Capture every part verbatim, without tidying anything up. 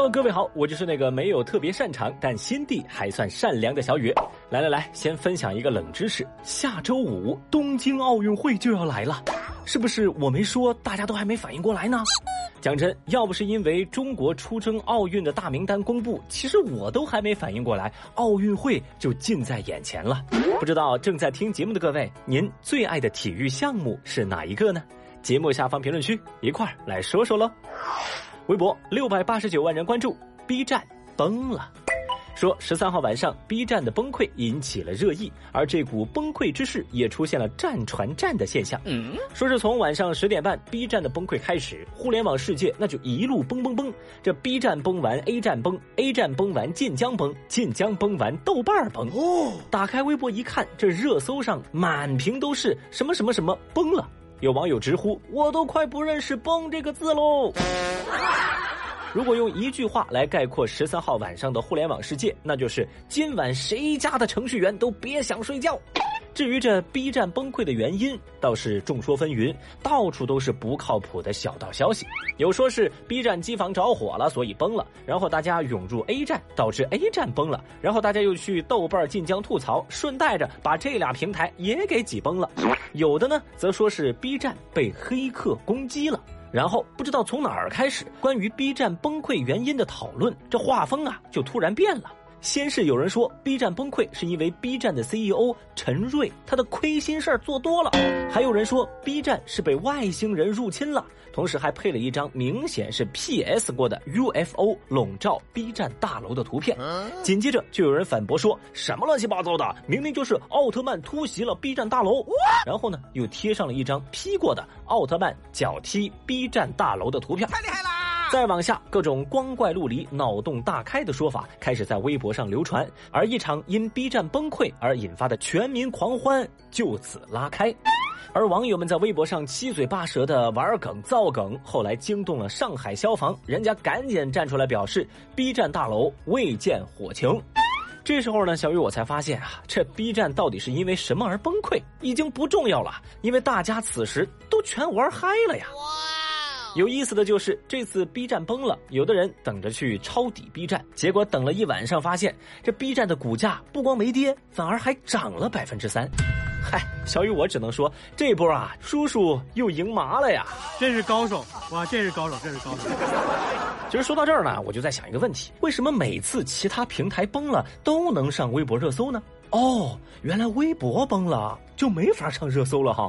Hello， 各位好，我就是那个没有特别擅长，但心地还算善良的小雨。来来来，先分享一个冷知识：下周五东京奥运会就要来了，是不是我没说，大家都还没反应过来呢？讲真，要不是因为中国出征奥运的大名单公布，其实我都还没反应过来，奥运会就近在眼前了。不知道正在听节目的各位，您最爱的体育项目是哪一个呢？节目下方评论区一块儿来说说喽。微博六百八十九万人关注 ，B 站崩了。说十三号晚上 B 站的崩溃引起了热议，而这股崩溃之势也出现了战传战的现象。嗯，说是从晚上十点半 B 站的崩溃开始，互联网世界那就一路崩崩崩。这 B 站崩完 A 站崩 ，A 站崩完晋江崩，晋江崩完豆瓣崩。哦，打开微博一看，这热搜上满屏都是什么什么什么崩了。有网友直呼：“我都快不认识崩这个字喽！”如果用一句话来概括十三号晚上的互联网世界，那就是今晚谁家的程序员都别想睡觉。至于这 B 站崩溃的原因，倒是众说纷纭，到处都是不靠谱的小道消息。有说是 B 站机房着火了，所以崩了，然后大家涌入 A 站，导致 A 站崩了，然后大家又去豆瓣、晋江吐槽，顺带着把这俩平台也给挤崩了。有的呢，则说是 B 站被黑客攻击了。然后不知道从哪儿开始，关于 B 站崩溃原因的讨论，这画风啊就突然变了。先是有人说 B 站崩溃是因为 B 站的 C E O 陈瑞他的亏心事儿做多了，还有人说 B 站是被外星人入侵了，同时还配了一张明显是 P S 过的 U F O 笼罩 B 站大楼的图片。紧接着就有人反驳说什么乱七八糟的，明明就是奥特曼突袭了 B 站大楼，然后呢又贴上了一张 P 过的奥特曼脚踢 B 站大楼的图片。太厉害啦！再往下，各种光怪陆离、脑洞大开的说法开始在微博上流传，而一场因 B 站崩溃而引发的全民狂欢就此拉开。而网友们在微博上七嘴八舌的玩梗造梗，后来惊动了上海消防，人家赶紧站出来表示 B 站大楼未见火情。这时候呢，小雨我才发现啊，这 B 站到底是因为什么而崩溃，已经不重要了，因为大家此时都全玩嗨了呀。有意思的就是这次 B 站崩了，有的人等着去抄底 B 站，结果等了一晚上发现这 B 站的股价不光没跌，反而还涨了 百分之三。 嗨，小雨我只能说这波啊，叔叔又赢麻了呀， 真是高手哇，真是高手，真是高手。 其实说到这儿呢，我就在想一个问题，为什么每次其他平台崩了都能上微博热搜呢？哦，原来微博崩了就没法上热搜了哈。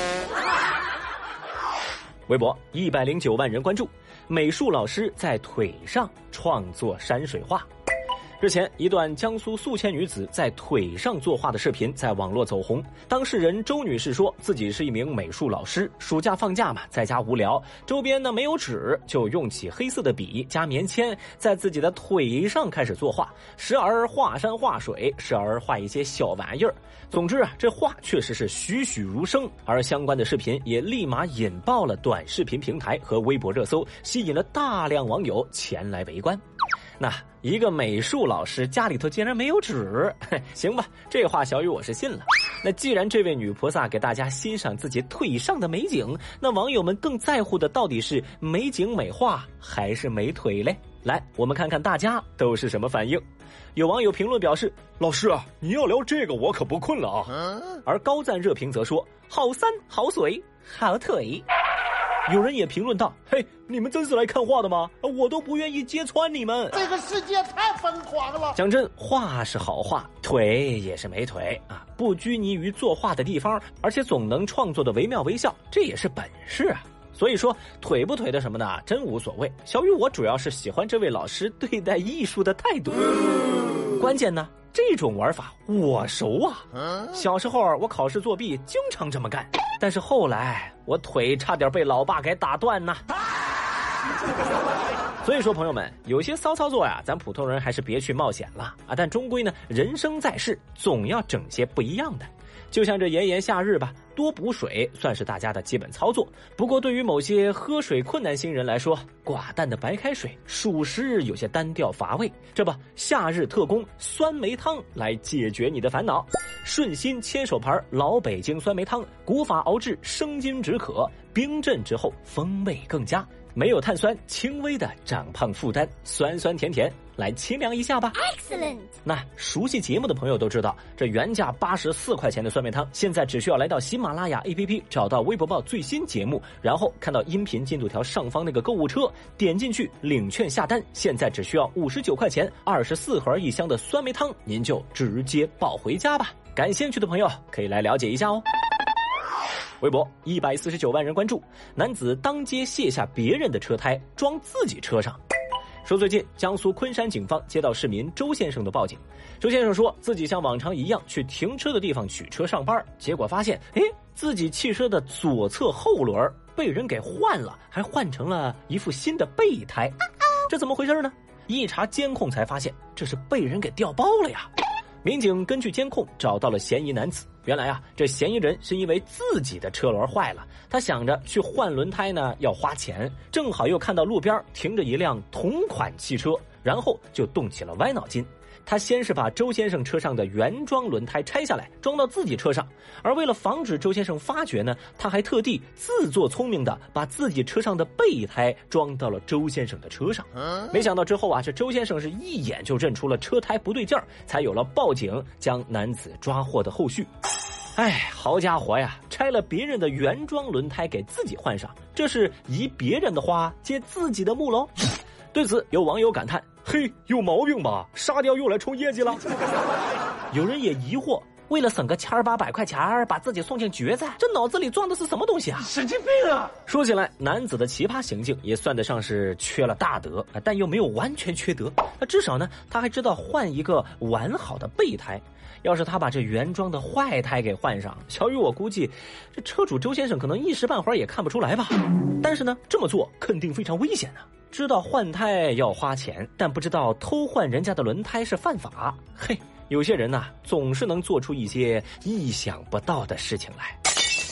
微博一百零九万人关注，美术老师在腿上创作山水画。日前，一段江苏宿迁女子在腿上作画的视频在网络走红。当事人周女士说自己是一名美术老师，暑假放假嘛，在家无聊，周边呢没有纸，就用起黑色的笔加棉签，在自己的腿上开始作画，时而画山画水，时而画一些小玩意儿。总之啊，这画确实是栩栩如生，而相关的视频也立马引爆了短视频平台和微博热搜，吸引了大量网友前来围观。那一个美术老师家里头竟然没有纸，行吧，这话小雨我是信了。那既然这位女菩萨给大家欣赏自己腿上的美景，那网友们更在乎的到底是美景美画还是美腿嘞？来，我们看看大家都是什么反应。有网友评论表示，老师啊，你要聊这个我可不困了啊。而高赞热评则说，好山好水好腿。有人也评论道，嘿，你们真是来看画的吗？我都不愿意揭穿你们， 这个世界太疯狂了。 讲真，画是好画，腿也是美腿啊，不拘泥于作画的地方，而且总能创作的惟妙惟肖，这也是本事啊。所以说腿不腿的什么的真无所谓，小雨我主要是喜欢这位老师对待艺术的态度。关键呢，这种玩法我熟啊，小时候我考试作弊经常这么干，但是后来我腿差点被老爸给打断呢。所以说朋友们，有些骚操作呀，咱普通人还是别去冒险了啊！但终归呢，人生在世，总要整些不一样的。就像这炎炎夏日吧，多补水算是大家的基本操作。不过对于某些喝水困难星人来说，寡淡的白开水属实有些单调乏味。这不，夏日特供酸梅汤来解决你的烦恼。顺心千手牌老北京酸梅汤，古法熬制，生津止渴，冰镇之后风味更佳。 没有碳酸，轻微的长胖负担，酸酸甜甜，来清凉一下吧。 Excellent。 那熟悉节目的朋友都知道，这原价八十四块钱的酸梅汤，现在只需要来到喜马拉雅 A P P 找到微博报最新节目，然后看到音频进度条上方那个购物车，点进去领券下单，现在只需要五十九块钱，二十四盒一箱的酸梅汤，您就直接抱回家吧。感兴趣的朋友可以来了解一下哦。微博一百四十九万人关注，男子当街卸下别人的车胎装自己车上。说最近江苏昆山警方接到市民周先生的报警，周先生说自己像往常一样去停车的地方取车上班，结果发现诶自己汽车的左侧后轮被人给换了，还换成了一副新的备胎，这怎么回事呢？一查监控才发现这是被人给调包了呀。民警根据监控找到了嫌疑男子，原来啊，这嫌疑人是因为自己的车轮坏了，他想着去换轮胎呢要花钱，正好又看到路边停着一辆同款汽车，然后就动起了歪脑筋。他先是把周先生车上的原装轮胎拆下来装到自己车上，而为了防止周先生发觉呢，他还特地自作聪明的把自己车上的备胎装到了周先生的车上。没想到之后啊，这周先生是一眼就认出了车胎不对劲儿，才有了报警将男子抓获的后续。哎，好家伙呀，拆了别人的原装轮胎给自己换上，这是移别人的花接自己的木喽。对此有网友感叹，嘿，有毛病吧，沙雕又来冲业绩了。有人也疑惑，为了省个千八百块钱把自己送进局子，这脑子里装的是什么东西啊？ 神经病啊！ 说起来，男子的奇葩行径也算得上是缺了大德，但又没有完全缺德，至少呢他还知道换一个完好的备胎。要是他把这原装的坏胎给换上，小雨我估计这车主周先生可能一时半会儿也看不出来吧。但是呢，这么做肯定非常危险啊！知道换胎要花钱，但不知道偷换人家的轮胎是犯法。嘿，有些人呐、啊，总是能做出一些意想不到的事情来。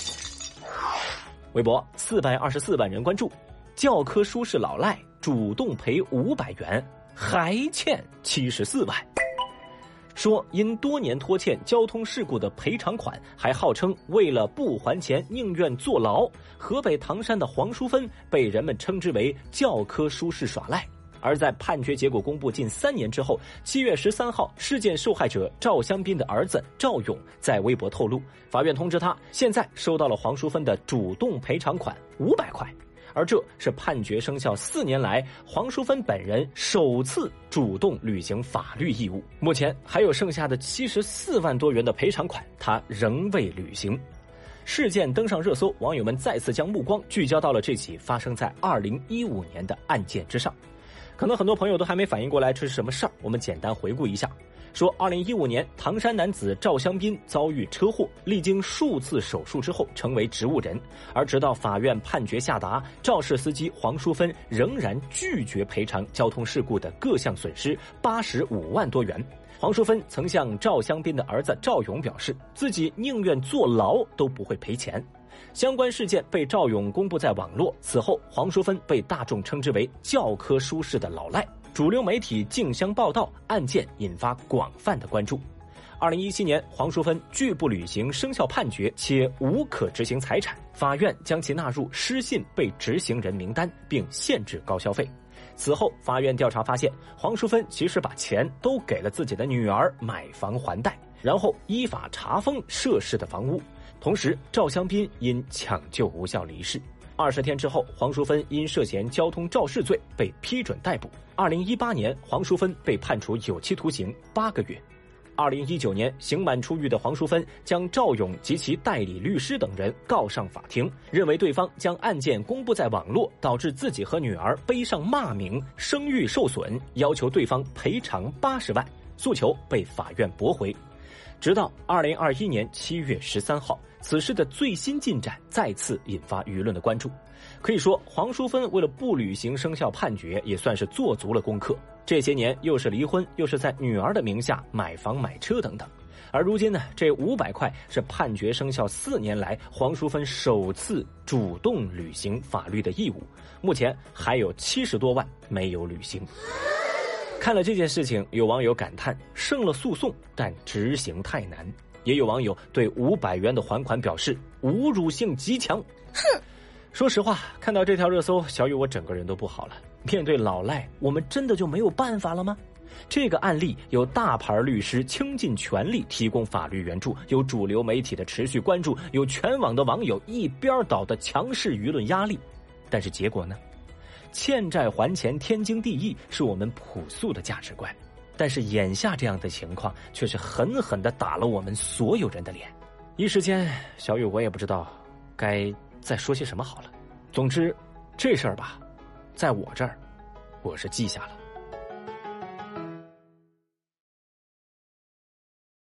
微博四百二十四万人关注，教科书是老赖主动赔五百元，还欠七十四万。说因多年拖欠交通事故的赔偿款，还号称为了不还钱宁愿坐牢。河北唐山的黄淑芬被人们称之为教科书式耍赖。而在判决结果公布近三年之后，七月十三号，事件受害者赵香槟的儿子赵勇在微博透露，法院通知他，现在收到了黄淑芬的主动赔偿款五百块。而这是判决生效四年来黄淑芬本人首次主动履行法律义务。目前还有剩下的七十四万多元的赔偿款，他仍未履行。事件登上热搜，网友们再次将目光聚焦到了这起发生在二零一五年的案件之上。可能很多朋友都还没反应过来这是什么事儿，我们简单回顾一下。说二零一五年，唐山男子赵香槟遭遇车祸，历经数次手术之后成为植物人，而直到法院判决下达，肇事司机黄淑芬仍然拒绝赔偿交通事故的各项损失八十五万多元。黄淑芬曾向赵香槟的儿子赵勇表示，自己宁愿坐牢都不会赔钱。相关事件被赵勇公布在网络，此后黄淑芬被大众称之为教科书式的老赖，主流媒体竞相报道，案件引发广泛的关注。二零一七年，黄淑芬拒不履行生效判决且无可执行财产，法院将其纳入失信被执行人名单，并限制高消费。此后，法院调查发现，黄淑芬其实把钱都给了自己的女儿买房还贷，然后依法查封涉事的房屋。同时，赵香槟因抢救无效离世。二十天之后，黄淑芬因涉嫌交通肇事罪被批准逮捕。二零一八年，黄淑芬被判处有期徒刑八个月。二零一九年，刑满出狱的黄淑芬将赵勇及其代理律师等人告上法庭，认为对方将案件公布在网络，导致自己和女儿背上骂名，声誉受损，要求对方赔偿八十万，诉求被法院驳回。直到二零二一年七月十三号，此事的最新进展再次引发舆论的关注。可以说，黄淑芬为了不履行生效判决，也算是做足了功课。这些年又是离婚，又是在女儿的名下买房买车等等。而如今呢，这五百块是判决生效四年来黄淑芬首次主动履行法律的义务，目前还有七十多万没有履行。看了这件事情，有网友感叹胜了诉讼，但执行太难。也有网友对五百元的还款表示侮辱性极强。哼！ 说实话，看到这条热搜，小雨我整个人都不好了。面对老赖，我们真的就没有办法了吗？这个案例有大牌律师倾尽全力提供法律援助，有主流媒体的持续关注，有全网的网友一边倒的强势舆论压力。但是结果呢？欠债还钱天经地义是我们朴素的价值观，但是眼下这样的情况却是狠狠地打了我们所有人的脸。一时间，小雨我也不知道该再说些什么好了。总之，这事儿吧，在我这儿，我是记下了。